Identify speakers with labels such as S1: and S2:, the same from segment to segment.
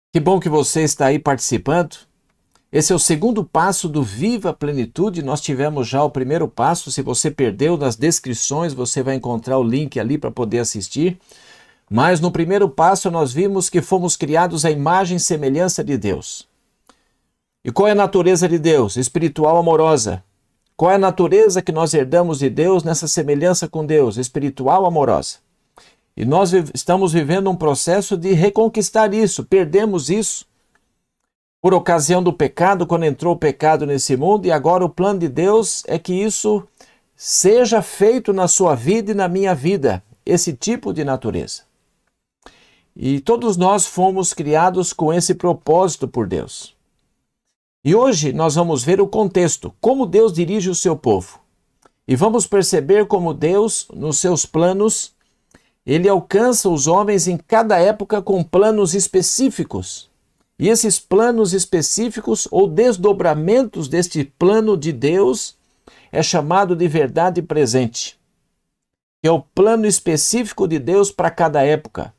S1: Que bom que você está aí participando. Esse é o segundo passo do Viva a Plenitude. Nós tivemos já o primeiro passo. Se você perdeu, nas descrições você vai encontrar o link ali para poder assistir. Mas no primeiro passo nós vimos que fomos criados à imagem e semelhança de Deus. E qual é a natureza de Deus? Espiritual, amorosa. Qual é a natureza que nós herdamos de Deus nessa semelhança com Deus? Espiritual, amorosa. E nós estamos vivendo um processo de reconquistar isso. Perdemos isso por ocasião do pecado, quando entrou o pecado nesse mundo, e agora o plano de Deus é que isso seja feito na sua vida e na minha vida, esse tipo de natureza. E todos nós fomos criados com esse propósito por Deus. E hoje nós vamos ver o contexto, como Deus dirige o seu povo. E vamos perceber como Deus, nos seus planos, ele alcança os homens em cada época com planos específicos. E esses planos específicos ou desdobramentos deste plano de Deus é chamado de verdade presente, que é o plano específico de Deus para cada época.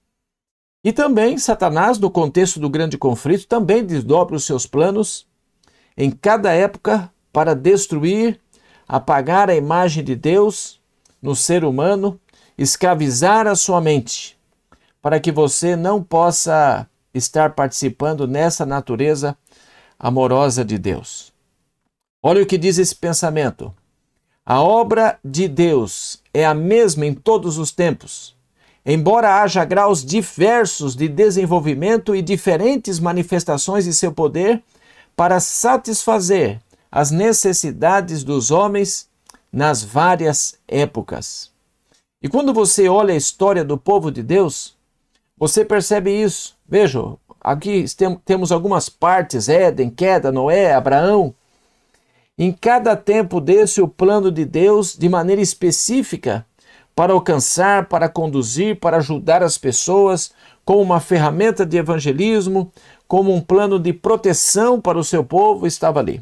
S1: E também Satanás, no contexto do grande conflito, também desdobra os seus planos em cada época para destruir, apagar a imagem de Deus no ser humano, escravizar a sua mente, para que você não possa estar participando nessa natureza amorosa de Deus. Olha o que diz esse pensamento. A obra de Deus é a mesma em todos os tempos, embora haja graus diversos de desenvolvimento e diferentes manifestações de seu poder para satisfazer as necessidades dos homens nas várias épocas. E quando você olha a história do povo de Deus, você percebe isso. Veja, aqui temos algumas partes, Éden, queda, Noé, Abraão. Em cada tempo desse, o plano de Deus, de maneira específica, para alcançar, para conduzir, para ajudar as pessoas, como uma ferramenta de evangelismo, como um plano de proteção para o seu povo, estava ali.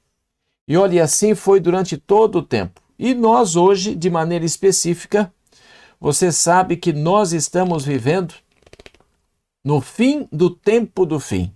S1: E olha, assim foi durante todo o tempo. E nós hoje, de maneira específica, você sabe que nós estamos vivendo no fim do tempo do fim.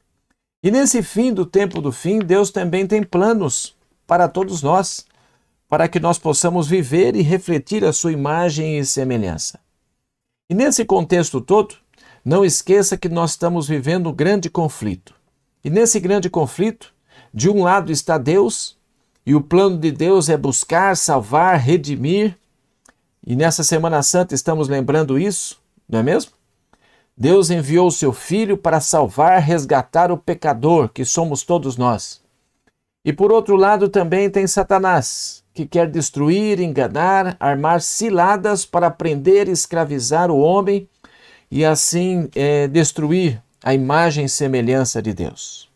S1: E nesse fim do tempo do fim, Deus também tem planos para todos nós, para que nós possamos viver e refletir a sua imagem e semelhança. E nesse contexto todo, não esqueça que nós estamos vivendo um grande conflito. E nesse grande conflito, de um lado está Deus, e o plano de Deus é buscar, salvar, redimir. E nessa Semana Santa estamos lembrando isso, não é mesmo? Deus enviou o seu Filho para salvar, resgatar o pecador, que somos todos nós. E por outro lado também tem Satanás, que quer destruir, enganar, armar ciladas para prender e escravizar o homem e assim destruir a imagem e semelhança de Deus.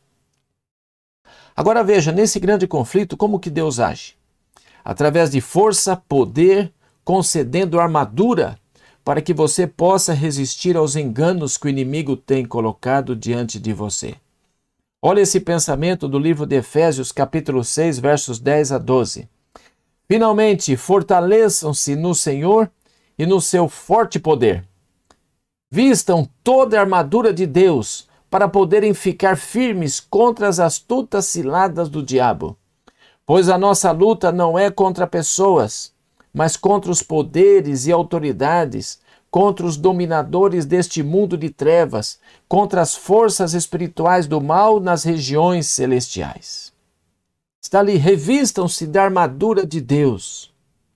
S1: Agora veja, nesse grande conflito, como que Deus age? Através de força, poder, concedendo armadura para que você possa resistir aos enganos que o inimigo tem colocado diante de você. Olha esse pensamento do livro de Efésios, capítulo 6, versos 10 a 12. Finalmente, fortaleçam-se no Senhor e no seu forte poder. Vistam toda a armadura de Deus para poderem ficar firmes contra as astutas ciladas do diabo. Pois a nossa luta não é contra pessoas, mas contra os poderes e autoridades, contra os dominadores deste mundo de trevas, contra as forças espirituais do mal nas regiões celestiais. Está ali, revistam-se da armadura de Deus.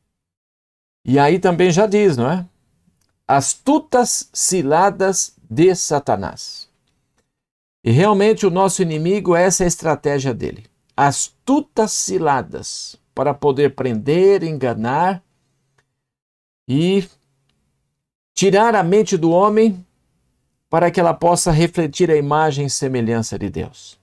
S1: E aí também já diz, não é? Astutas ciladas de Satanás. E realmente o nosso inimigo, essa é a estratégia dele. Astutas ciladas para poder prender, enganar e tirar a mente do homem para que ela possa refletir a imagem e semelhança de Deus.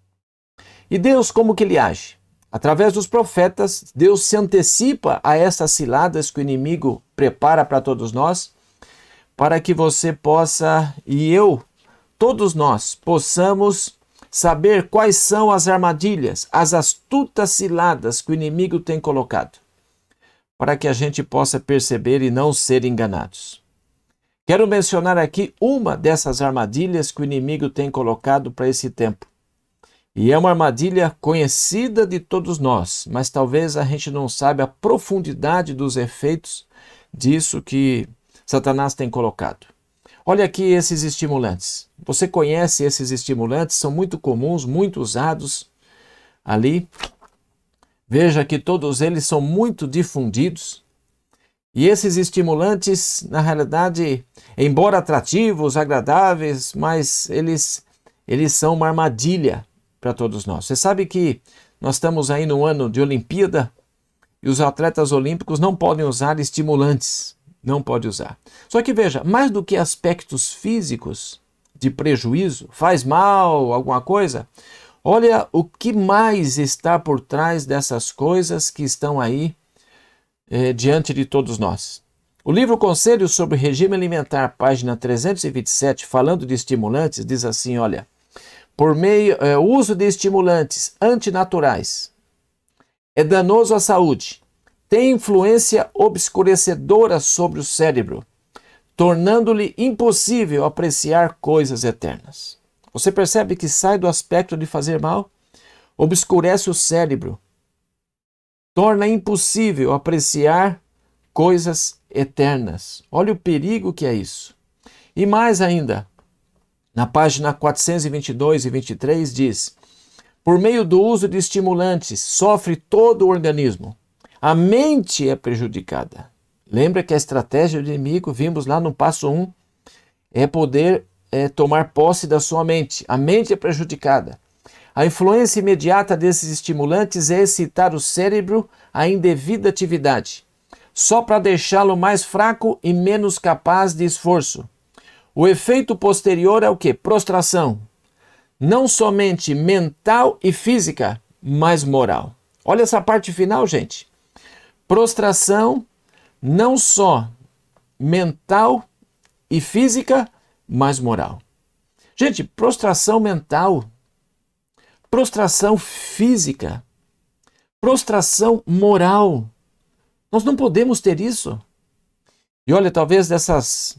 S1: E Deus, como que ele age? Através dos profetas, Deus se antecipa a essas ciladas que o inimigo prepara para todos nós, para que você possa, e eu, todos nós, possamos saber quais são as armadilhas, as astutas ciladas que o inimigo tem colocado, para que a gente possa perceber e não ser enganados. Quero mencionar aqui uma dessas armadilhas que o inimigo tem colocado para esse tempo. E é uma armadilha conhecida de todos nós, mas talvez a gente não saiba a profundidade dos efeitos disso que Satanás tem colocado. Olha aqui esses estimulantes. Você conhece esses estimulantes? São muito comuns, muito usados ali. Veja que todos eles são muito difundidos. E esses estimulantes, na realidade, embora atrativos, agradáveis, mas eles são uma armadilha para todos nós. Você sabe que nós estamos aí no ano de Olimpíada e os atletas olímpicos não podem usar estimulantes. Não pode usar. Só que veja, mais do que aspectos físicos de prejuízo, faz mal, alguma coisa, olha o que mais está por trás dessas coisas que estão aí diante de todos nós. O livro Conselhos sobre Regime Alimentar, página 327, falando de estimulantes, diz assim, olha, o uso de estimulantes antinaturais é danoso à saúde, tem influência obscurecedora sobre o cérebro, tornando-lhe impossível apreciar coisas eternas. Você percebe que sai do aspecto de fazer mal? Obscurece o cérebro, torna impossível apreciar coisas eternas. Olha o perigo que é isso. E mais ainda, na página 422 e 23 diz, por meio do uso de estimulantes, sofre todo o organismo. A mente é prejudicada. Lembra que a estratégia do inimigo, vimos lá no passo 1, é poder tomar posse da sua mente. A mente é prejudicada. A influência imediata desses estimulantes é excitar o cérebro à indevida atividade, só para deixá-lo mais fraco e menos capaz de esforço. O efeito posterior é o quê? Prostração. Não somente mental e física, mas moral. Olha essa parte final, gente. Prostração não só mental e física, mas moral. Gente, prostração mental, prostração física, prostração moral. Nós não podemos ter isso. E olha, talvez dessas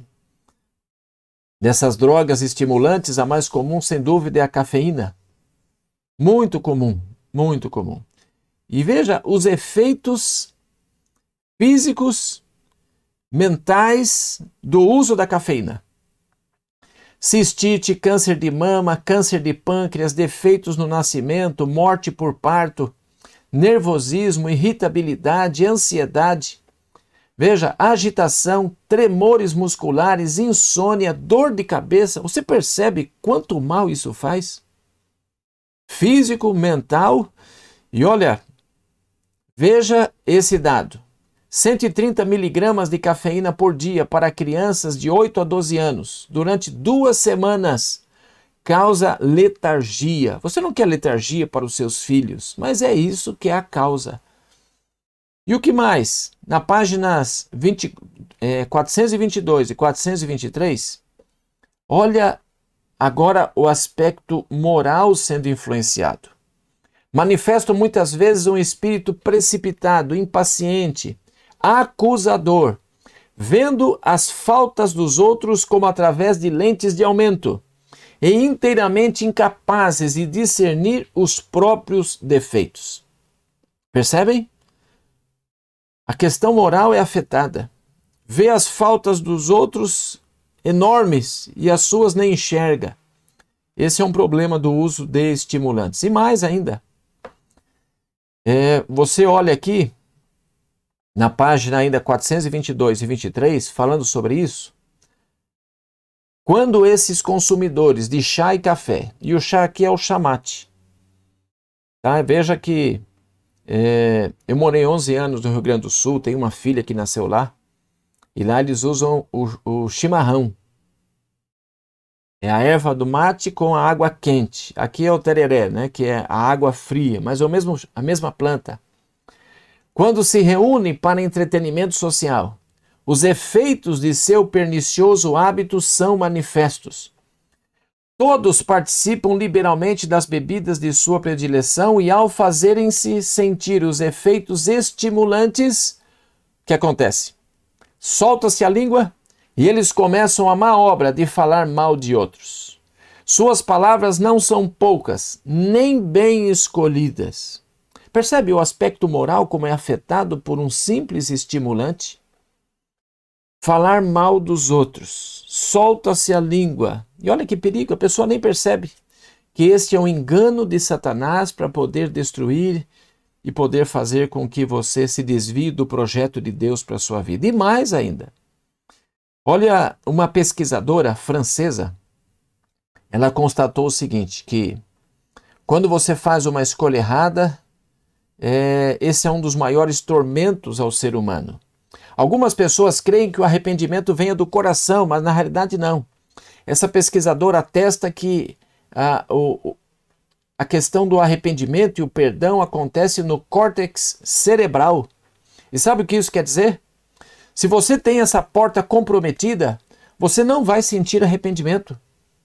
S1: drogas estimulantes, a mais comum, sem dúvida, é a cafeína. Muito comum, muito comum. E veja os efeitos físicos, mentais do uso da cafeína. Cistite, câncer de mama, câncer de pâncreas, defeitos no nascimento, morte por parto, nervosismo, irritabilidade, ansiedade. Veja, agitação, tremores musculares, insônia, dor de cabeça. Você percebe quanto mal isso faz? Físico, mental. E olha, veja esse dado. 130 miligramas de cafeína por dia para crianças de 8 a 12 anos, durante 2 semanas, causa letargia. Você não quer letargia para os seus filhos, mas é isso que é a causa. E o que mais? Na páginas 422 e 423, olha agora o aspecto moral sendo influenciado. Manifestam muitas vezes um espírito precipitado, impaciente, acusador, vendo as faltas dos outros como através de lentes de aumento e inteiramente incapazes de discernir os próprios defeitos. Percebem? A questão moral é afetada. Vê as faltas dos outros enormes e as suas nem enxerga. Esse é um problema do uso de estimulantes. E mais ainda, você olha aqui, na página ainda 422 e 23, falando sobre isso, quando esses consumidores de chá e café, e o chá aqui é o chamate, tá? Veja que eu morei 11 anos no Rio Grande do Sul, tenho uma filha que nasceu lá, e lá eles usam o chimarrão. É a erva do mate com a água quente. Aqui é o tereré, né, que é a água fria, mas é a mesma planta. Quando se reúnem para entretenimento social, os efeitos de seu pernicioso hábito são manifestos. Todos participam liberalmente das bebidas de sua predileção e, ao fazerem-se sentir os efeitos estimulantes, o que acontece? Solta-se a língua, E eles começam a má obra de falar mal de outros. Suas palavras não são poucas, nem bem escolhidas. Percebe o aspecto moral como é afetado por um simples estimulante? Falar mal dos outros. Solta-se a língua. E olha que perigo, a pessoa nem percebe que este é um engano de Satanás para poder destruir e poder fazer com que você se desvie do projeto de Deus para a sua vida. E mais ainda. Olha, uma pesquisadora francesa, ela constatou o seguinte, que quando você faz uma escolha errada, esse é um dos maiores tormentos ao ser humano. Algumas pessoas creem que o arrependimento venha do coração, mas na realidade não. Essa pesquisadora atesta que a questão do arrependimento e o perdão acontece no córtex cerebral. E sabe o que isso quer dizer? Se você tem essa porta comprometida, você não vai sentir arrependimento.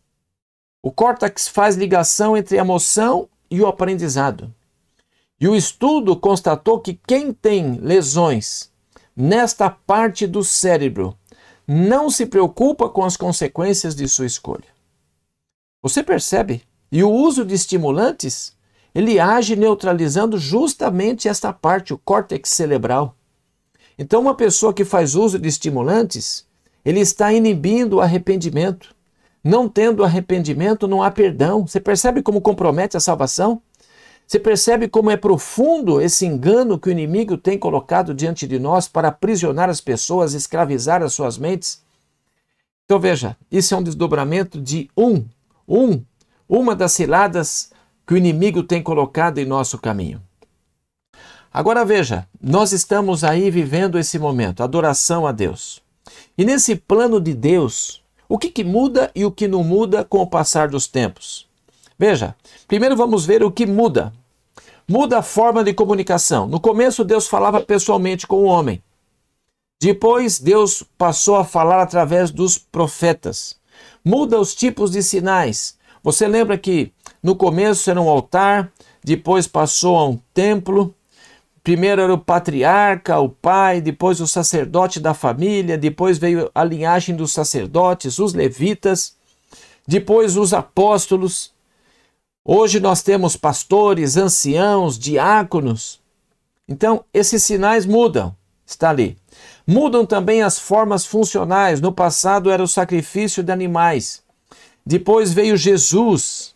S1: O córtex faz ligação entre a emoção e o aprendizado. E o estudo constatou que quem tem lesões nesta parte do cérebro não se preocupa com as consequências de sua escolha. Você percebe? E o uso de estimulantes, ele age neutralizando justamente esta parte, o córtex cerebral. Então, uma pessoa que faz uso de estimulantes, ele está inibindo o arrependimento. Não tendo arrependimento, não há perdão. Você percebe como compromete a salvação? Você percebe como é profundo esse engano que o inimigo tem colocado diante de nós para aprisionar as pessoas, escravizar as suas mentes? Então veja, isso é um desdobramento de uma das ciladas que o inimigo tem colocado em nosso caminho. Agora veja, nós estamos aí vivendo esse momento, adoração a Deus. E nesse plano de Deus, o que muda e o que não muda com o passar dos tempos? Veja, primeiro vamos ver o que muda. Muda a forma de comunicação. No começo, Deus falava pessoalmente com o homem. Depois, Deus passou a falar através dos profetas. Muda os tipos de sinais. Você lembra que no começo era um altar, depois passou a um templo. Primeiro era o patriarca, o pai, depois o sacerdote da família, depois veio a linhagem dos sacerdotes, os levitas, depois os apóstolos. Hoje nós temos pastores, anciãos, diáconos. Então, esses sinais mudam, está ali. Mudam também as formas funcionais. No passado era o sacrifício de animais. Depois veio Jesus.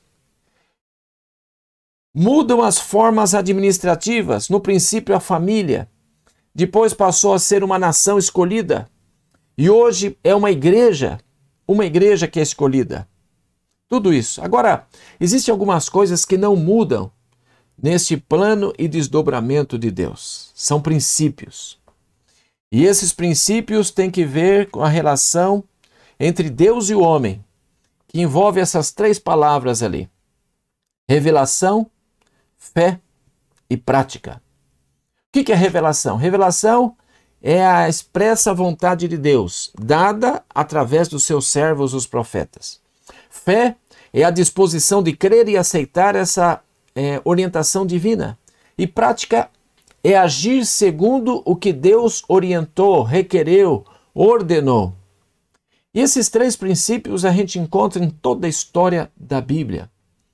S1: Mudam as formas administrativas. No princípio, a família. Depois passou a ser uma nação escolhida. E hoje é uma igreja que é escolhida. Tudo isso. Agora, existem algumas coisas que não mudam neste plano e desdobramento de Deus. São princípios. E esses princípios têm que ver com a relação entre Deus e o homem, que envolve essas três palavras ali: revelação, fé e prática. O que é revelação? Revelação é a expressa vontade de Deus, dada através dos seus servos, os profetas. Fé é a disposição de crer e aceitar essa orientação divina. E prática é agir segundo o que Deus orientou, requereu, ordenou. E esses três princípios a gente encontra em toda a história da Bíblia.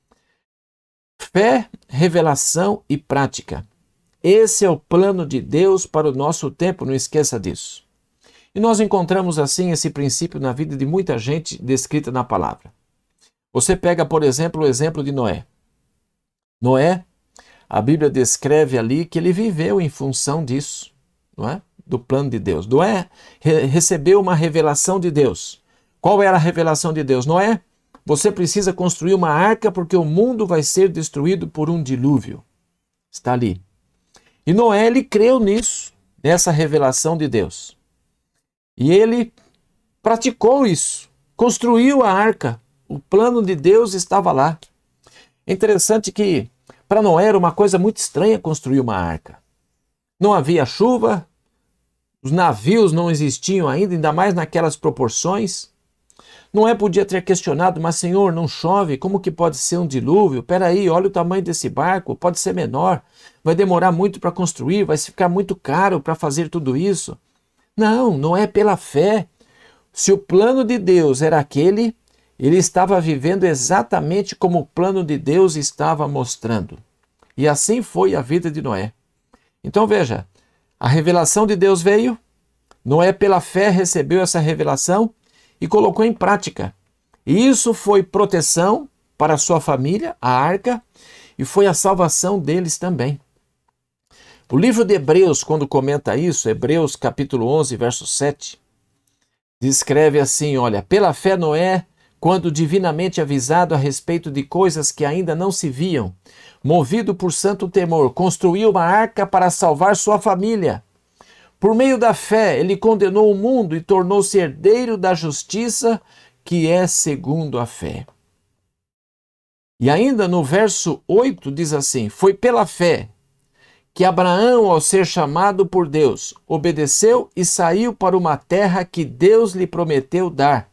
S1: Fé, revelação e prática. Esse é o plano de Deus para o nosso tempo, não esqueça disso. E nós encontramos assim esse princípio na vida de muita gente descrita na palavra. Você pega, por exemplo, o exemplo de Noé. Noé, a Bíblia descreve ali que ele viveu em função disso, não é? Do plano de Deus. Noé recebeu uma revelação de Deus. Qual era a revelação de Deus? Noé, você precisa construir uma arca porque o mundo vai ser destruído por um dilúvio. Está ali. E Noé, ele creu nisso, nessa revelação de Deus. E ele praticou isso, construiu a arca. O plano de Deus estava lá. É interessante que para Noé era uma coisa muito estranha construir uma arca. Não havia chuva, os navios não existiam ainda mais naquelas proporções. Noé podia ter questionado, mas Senhor, não chove, como que pode ser um dilúvio? Peraí, olha o tamanho desse barco, pode ser menor, vai demorar muito para construir, vai ficar muito caro para fazer tudo isso. Não, Noé pela fé se o plano de Deus era aquele, ele estava vivendo exatamente como o plano de Deus estava mostrando. E assim foi a vida de Noé. Então veja, a revelação de Deus veio, Noé pela fé recebeu essa revelação e colocou em prática. E isso foi proteção para a sua família, a arca, e foi a salvação deles também. O livro de Hebreus, quando comenta isso, Hebreus capítulo 11, verso 7, descreve assim, olha, pela fé Noé, quando divinamente avisado a respeito de coisas que ainda não se viam, movido por santo temor, construiu uma arca para salvar sua família. Por meio da fé, ele condenou o mundo e tornou-se herdeiro da justiça, que é segundo a fé. E ainda no verso 8 diz assim, foi pela fé que Abraão, ao ser chamado por Deus, obedeceu e saiu para uma terra que Deus lhe prometeu dar.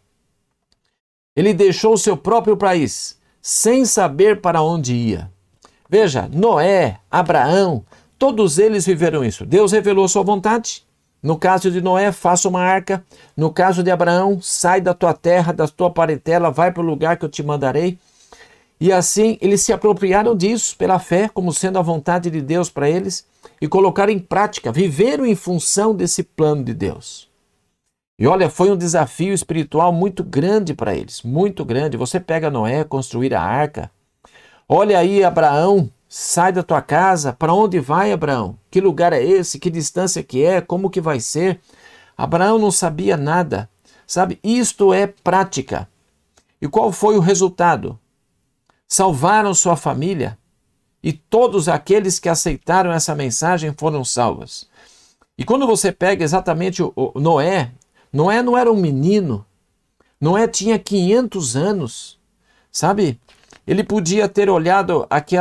S1: Ele deixou o seu próprio país, sem saber para onde ia. Veja, Noé, Abraão, todos eles viveram isso. Deus revelou sua vontade. No caso de Noé, faça uma arca. No caso de Abraão, sai da tua terra, da tua parentela, vai para o lugar que eu te mandarei. E assim, eles se apropriaram disso pela fé, como sendo a vontade de Deus para eles, e colocaram em prática, viveram em função desse plano de Deus. E olha, foi um desafio espiritual muito grande para eles, muito grande. Você pega Noé, construir a arca. Olha aí, Abraão, sai da tua casa. Para onde vai, Abraão? Que lugar é esse? Que distância que é? Como que vai ser? Abraão não sabia nada. Sabe, isto é prática. E qual foi o resultado? Salvaram sua família e todos aqueles que aceitaram essa mensagem foram salvos. E quando você pega exatamente o Noé, Noé não era um menino, Noé tinha 500 anos, sabe? Ele podia ter olhado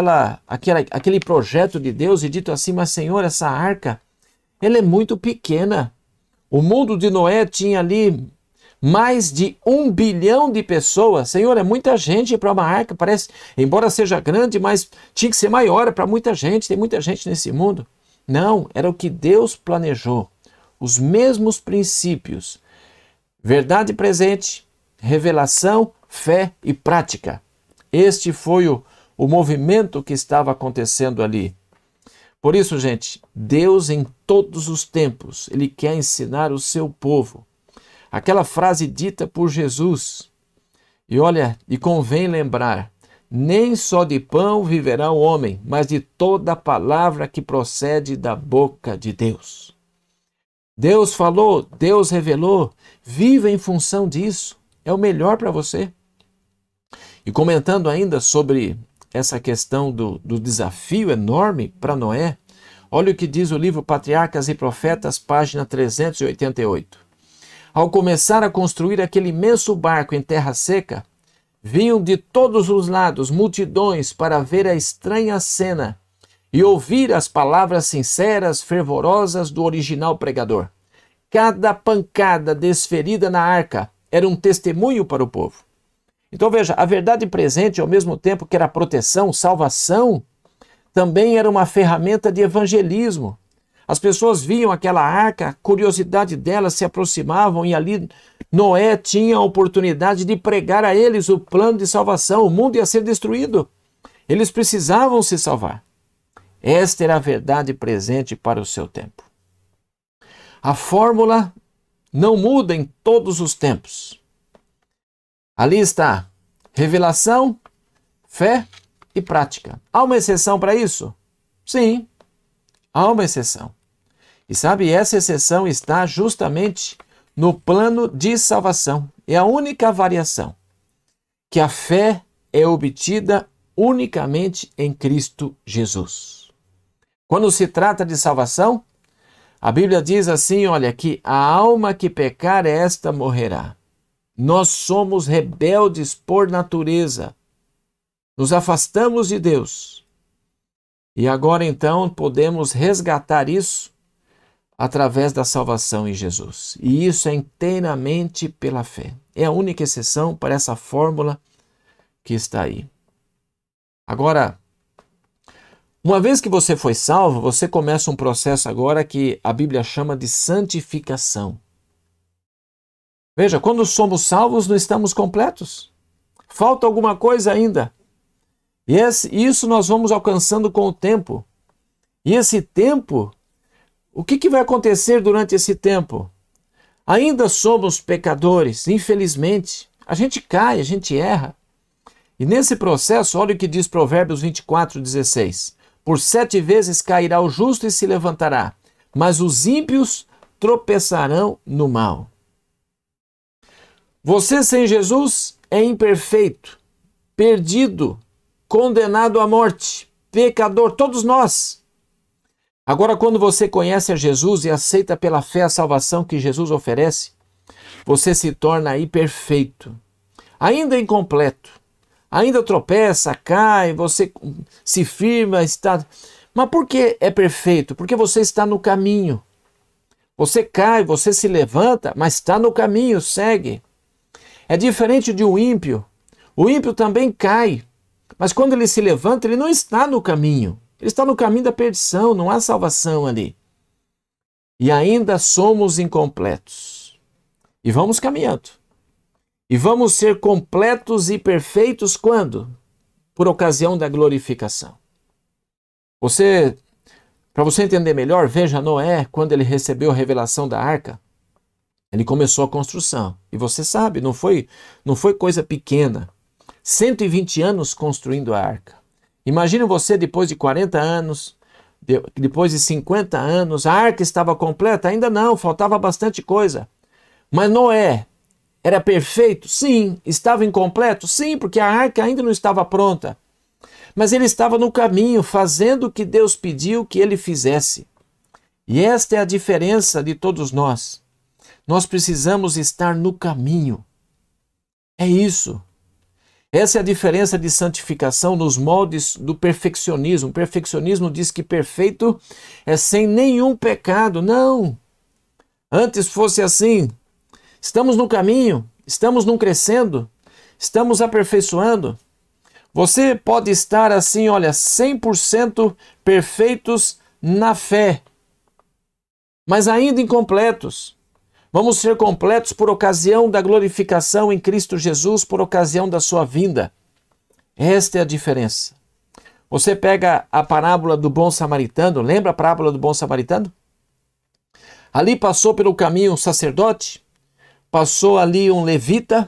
S1: aquele projeto de Deus e dito assim, mas Senhor, essa arca, ela é muito pequena. O mundo de Noé tinha ali mais de 1 bilhão de pessoas. Senhor, é muita gente para uma arca, parece, embora seja grande, mas tinha que ser maior para muita gente, tem muita gente nesse mundo. Não, era o que Deus planejou. Os mesmos princípios. Verdade presente, revelação, fé e prática. Este foi o movimento que estava acontecendo ali. Por isso, gente, Deus em todos os tempos, Ele quer ensinar o seu povo. Aquela frase dita por Jesus. E olha, e convém lembrar, nem só de pão viverá o homem, mas de toda palavra que procede da boca de Deus. Deus falou, Deus revelou, viva em função disso, é o melhor para você. E comentando ainda sobre essa questão do desafio enorme para Noé, olha o que diz o livro Patriarcas e Profetas, página 388. Ao começar a construir aquele imenso barco em terra seca, vinham de todos os lados multidões para ver a estranha cena e ouvir as palavras sinceras, fervorosas do original pregador. Cada pancada desferida na arca era um testemunho para o povo. Então veja, a verdade presente, ao mesmo tempo que era proteção, salvação, também era uma ferramenta de evangelismo. As pessoas viam aquela arca, a curiosidade delas se aproximavam e ali Noé tinha a oportunidade de pregar a eles o plano de salvação. O mundo ia ser destruído. Eles precisavam se salvar. Esta era a verdade presente para o seu tempo. A fórmula não muda em todos os tempos. Ali está revelação, fé e prática. Há uma exceção para isso? Sim, há uma exceção. E sabe, essa exceção está justamente no plano de salvação. É a única variação. Que a fé é obtida unicamente em Cristo Jesus. Quando se trata de salvação, a Bíblia diz assim, olha, que a alma que pecar, esta morrerá. Nós somos rebeldes por natureza. Nos afastamos de Deus. E agora então podemos resgatar isso através da salvação em Jesus. E isso é inteiramente pela fé. É a única exceção para essa fórmula que está aí. Agora, uma vez que você foi salvo, você começa um processo agora que a Bíblia chama de santificação. Veja, quando somos salvos, não estamos completos. Falta alguma coisa ainda. E isso nós vamos alcançando com o tempo. E esse tempo, o que vai acontecer durante esse tempo? Ainda somos pecadores, infelizmente. A gente cai, a gente erra. E nesse processo, olha o que diz Provérbios 24:16. Por 7 vezes cairá o justo e se levantará, mas os ímpios tropeçarão no mal. Você sem Jesus é imperfeito, perdido, condenado à morte, pecador, todos nós. Agora, quando você conhece a Jesus e aceita pela fé a salvação que Jesus oferece, você se torna aí perfeito, ainda incompleto, ainda tropeça, cai, você se firma, está... Mas por que é perfeito? Porque você está no caminho. Você cai, você se levanta, mas está no caminho, segue. É diferente de um ímpio. O ímpio também cai, mas quando ele se levanta, ele não está no caminho. Ele está no caminho da perdição, não há salvação ali. E ainda somos incompletos. E vamos caminhando. E vamos ser completos e perfeitos quando? Por ocasião da glorificação. Para você entender melhor, veja Noé, quando ele recebeu a revelação da arca, ele começou a construção. E você sabe, não foi coisa pequena. 120 anos construindo a arca. Imagine você depois de 40 anos, depois de 50 anos, a arca estava completa? Ainda não, faltava bastante coisa. Mas Noé era perfeito? Sim. Estava incompleto? Sim, porque a arca ainda não estava pronta. Mas ele estava no caminho, fazendo o que Deus pediu que ele fizesse. E esta é a diferença de todos nós. Nós precisamos estar no caminho. É isso. Essa é a diferença de santificação nos moldes do perfeccionismo. O perfeccionismo diz que perfeito é sem nenhum pecado. Não! Antes fosse assim. Estamos no caminho, estamos num crescendo, estamos aperfeiçoando. Você pode estar assim, olha, 100% perfeitos na fé, mas ainda incompletos. Vamos ser completos por ocasião da glorificação em Cristo Jesus, por ocasião da sua vinda. Esta é a diferença. Você pega a parábola do bom samaritano, lembra a parábola do bom samaritano? Ali passou pelo caminho um sacerdote, passou ali um levita.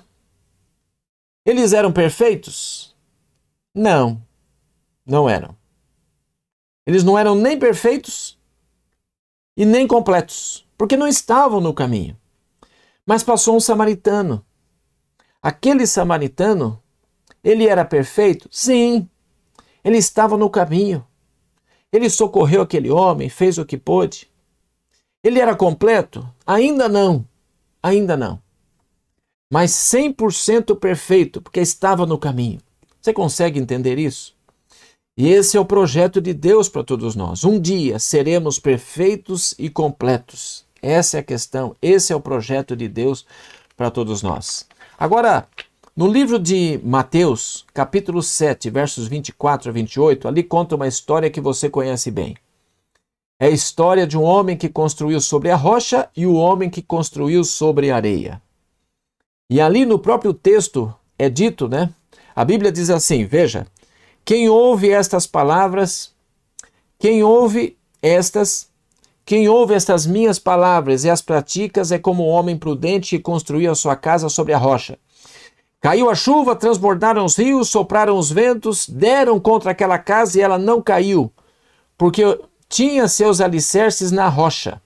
S1: Eles eram perfeitos? Não, não eram. Eles não eram nem perfeitos e nem completos, porque não estavam no caminho. Mas passou um samaritano. Aquele samaritano, ele era perfeito? Sim, ele estava no caminho. Ele socorreu aquele homem, fez o que pôde. Ele era completo? Ainda não, ainda não. Mas 100% perfeito, porque estava no caminho. Você consegue entender isso? E esse é o projeto de Deus para todos nós. Um dia seremos perfeitos e completos. Essa é a questão, esse é o projeto de Deus para todos nós. Agora, no livro de Mateus, capítulo 7, versos 24 a 28, ali conta uma história que você conhece bem. É a história de um homem que construiu sobre a rocha e o homem que construiu sobre a areia. E ali no próprio texto é dito, né? A Bíblia diz assim, veja, quem ouve estas palavras, quem ouve estas minhas palavras e as praticas é como um homem prudente que construiu a sua casa sobre a rocha. Caiu a chuva, transbordaram os rios, sopraram os ventos, deram contra aquela casa e ela não caiu, porque tinha seus alicerces na rocha.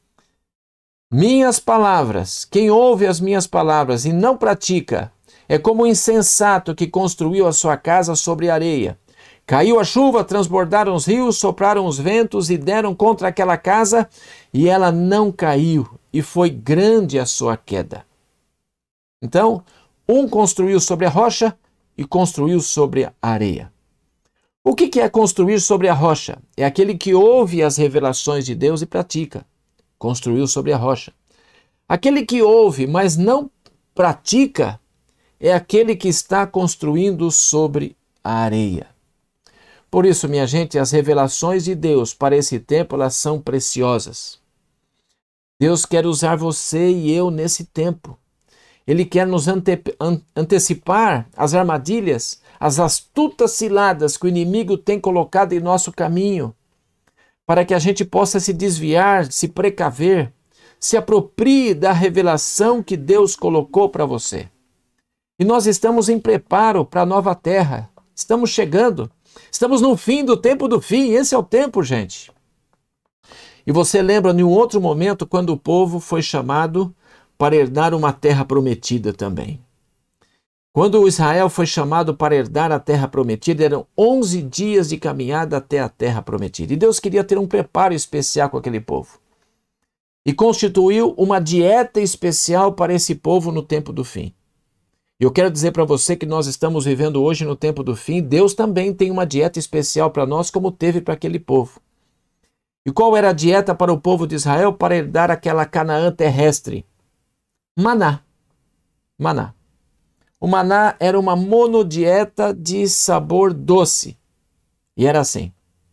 S1: Minhas palavras, quem ouve as minhas palavras e não pratica, é como o insensato que construiu a sua casa sobre areia. Caiu a chuva, transbordaram os rios, sopraram os ventos e deram contra aquela casa, e ela não caiu, e foi grande a sua queda. Então, um construiu sobre a rocha e construiu sobre a areia. O que é construir sobre a rocha? É aquele que ouve as revelações de Deus e pratica. Construiu sobre a rocha. Aquele que ouve, mas não pratica, é aquele que está construindo sobre a areia. Por isso, minha gente, as revelações de Deus para esse tempo, elas são preciosas. Deus quer usar você e eu nesse tempo. Ele quer nos antecipar as armadilhas, as astutas ciladas que o inimigo tem colocado em nosso caminho, para que a gente possa se desviar, se precaver, se aproprie da revelação que Deus colocou para você. E nós estamos em preparo para a nova terra. Estamos chegando. Estamos no fim do tempo do fim. Esse é o tempo, gente. E você lembra em um outro momento quando o povo foi chamado para herdar uma terra prometida também. Quando Israel foi chamado para herdar a terra prometida, eram 11 dias de caminhada até a terra prometida. E Deus queria ter um preparo especial com aquele povo. E constituiu uma dieta especial para esse povo no tempo do fim. E eu quero dizer para você que nós estamos vivendo hoje no tempo do fim, Deus também tem uma dieta especial para nós, como teve para aquele povo. E qual era a dieta para o povo de Israel para herdar aquela Canaã terrestre? Maná. Maná. O maná era uma monodieta de sabor doce. E era assim.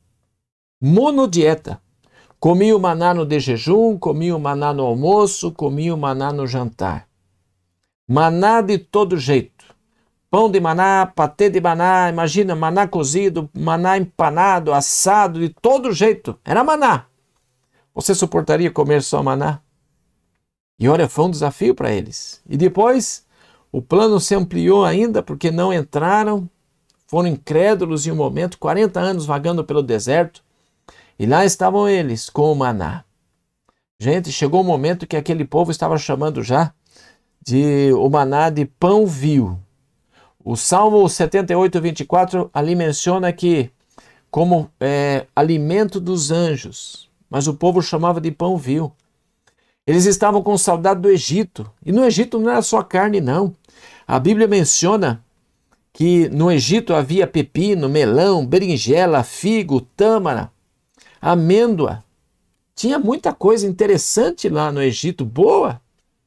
S1: Monodieta. Comia o maná no de jejum, comia o maná no almoço, comia o maná no jantar. Maná de todo jeito. Pão de maná, patê de maná, imagina, maná cozido, maná empanado, assado, de todo jeito. Era maná. Você suportaria comer só maná? E olha, foi um desafio para eles. E depois, o plano se ampliou ainda, porque não entraram, foram incrédulos em um momento, 40 anos vagando pelo deserto, e lá estavam eles com o maná. Gente, chegou um momento que aquele povo estava chamando já de o maná de pão vil. O Salmo 78, 24 ali menciona que como alimento dos anjos, mas o povo chamava de pão vil. Eles estavam com saudade do Egito, e no Egito não era só carne não. A Bíblia menciona que no Egito havia pepino, melão, berinjela, figo, tâmara, amêndoa. Tinha muita coisa interessante lá no Egito, boa.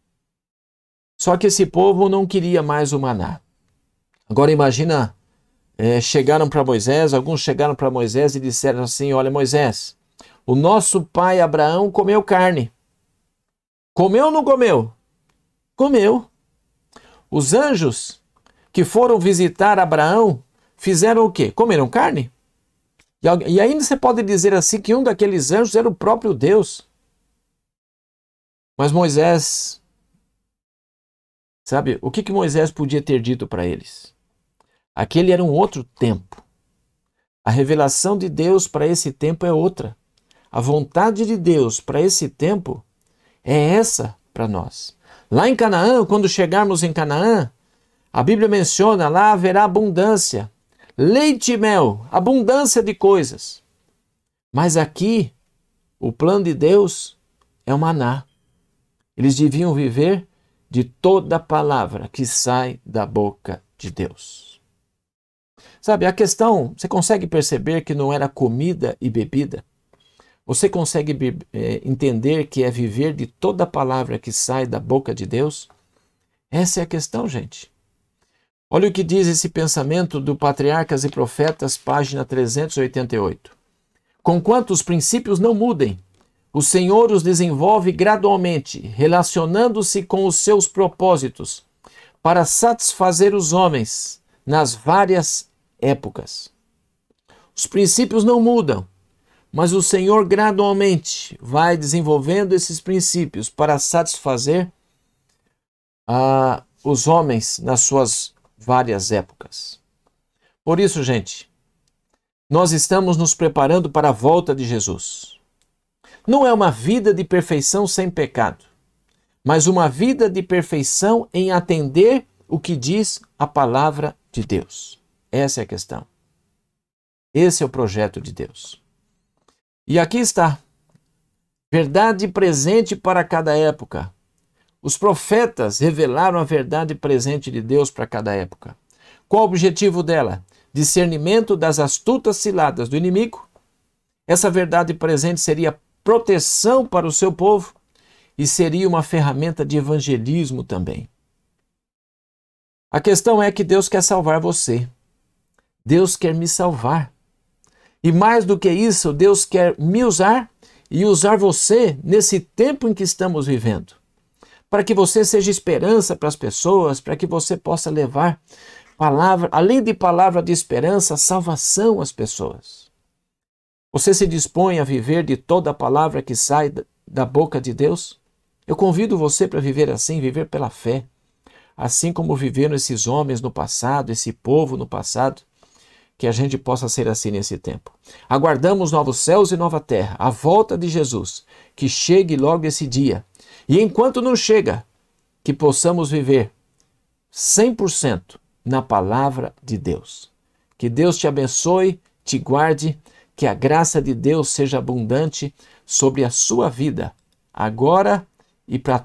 S1: Só que esse povo não queria mais o maná. Agora imagina, chegaram para Moisés, alguns chegaram para Moisés e disseram assim, olha Moisés, o nosso pai Abraão comeu carne. Comeu ou não comeu? Comeu. Os anjos que foram visitar Abraão fizeram o quê? Comeram carne. E ainda você pode dizer assim que um daqueles anjos era o próprio Deus. Mas Moisés, sabe, o que Moisés podia ter dito para eles? Aquele era um outro tempo. A revelação de Deus para esse tempo é outra. A vontade de Deus para esse tempo é essa para nós. Lá em Canaã, quando chegarmos em Canaã, a Bíblia menciona, lá haverá abundância. Leite e mel, abundância de coisas. Mas aqui, o plano de Deus é o maná. Eles deviam viver de toda palavra que sai da boca de Deus. Sabe, a questão, você consegue perceber que não era comida e bebida? Você consegue entender que é viver de toda palavra que sai da boca de Deus? Essa é a questão, gente. Olha o que diz esse pensamento do Patriarcas e Profetas, página 388. Conquanto os princípios não mudem, o Senhor os desenvolve gradualmente, relacionando-se com os seus propósitos, para satisfazer os homens nas várias épocas. Os princípios não mudam, mas o Senhor gradualmente vai desenvolvendo esses princípios para satisfazer os homens nas suas várias épocas. Por isso, gente, nós estamos nos preparando para a volta de Jesus. Não é uma vida de perfeição sem pecado, mas uma vida de perfeição em atender o que diz a palavra de Deus. Essa é a questão. Esse é o projeto de Deus. E aqui está. Verdade presente para cada época. Os profetas revelaram a verdade presente de Deus para cada época. Qual o objetivo dela? Discernimento das astutas ciladas do inimigo. Essa verdade presente seria proteção para o seu povo e seria uma ferramenta de evangelismo também. A questão é que Deus quer salvar você. Deus quer me salvar. E mais do que isso, Deus quer me usar e usar você nesse tempo em que estamos vivendo, para que você seja esperança para as pessoas, para que você possa levar palavra, além de palavra de esperança, salvação às pessoas. Você se dispõe a viver de toda a palavra que sai da boca de Deus? Eu convido você para viver assim, viver pela fé, assim como viveram esses homens no passado, esse povo no passado, que a gente possa ser assim nesse tempo. Aguardamos novos céus e nova terra, a volta de Jesus, que chegue logo esse dia. E enquanto não chega, que possamos viver 100% na palavra de Deus. Que Deus te abençoe, te guarde, que a graça de Deus seja abundante sobre a sua vida, agora e para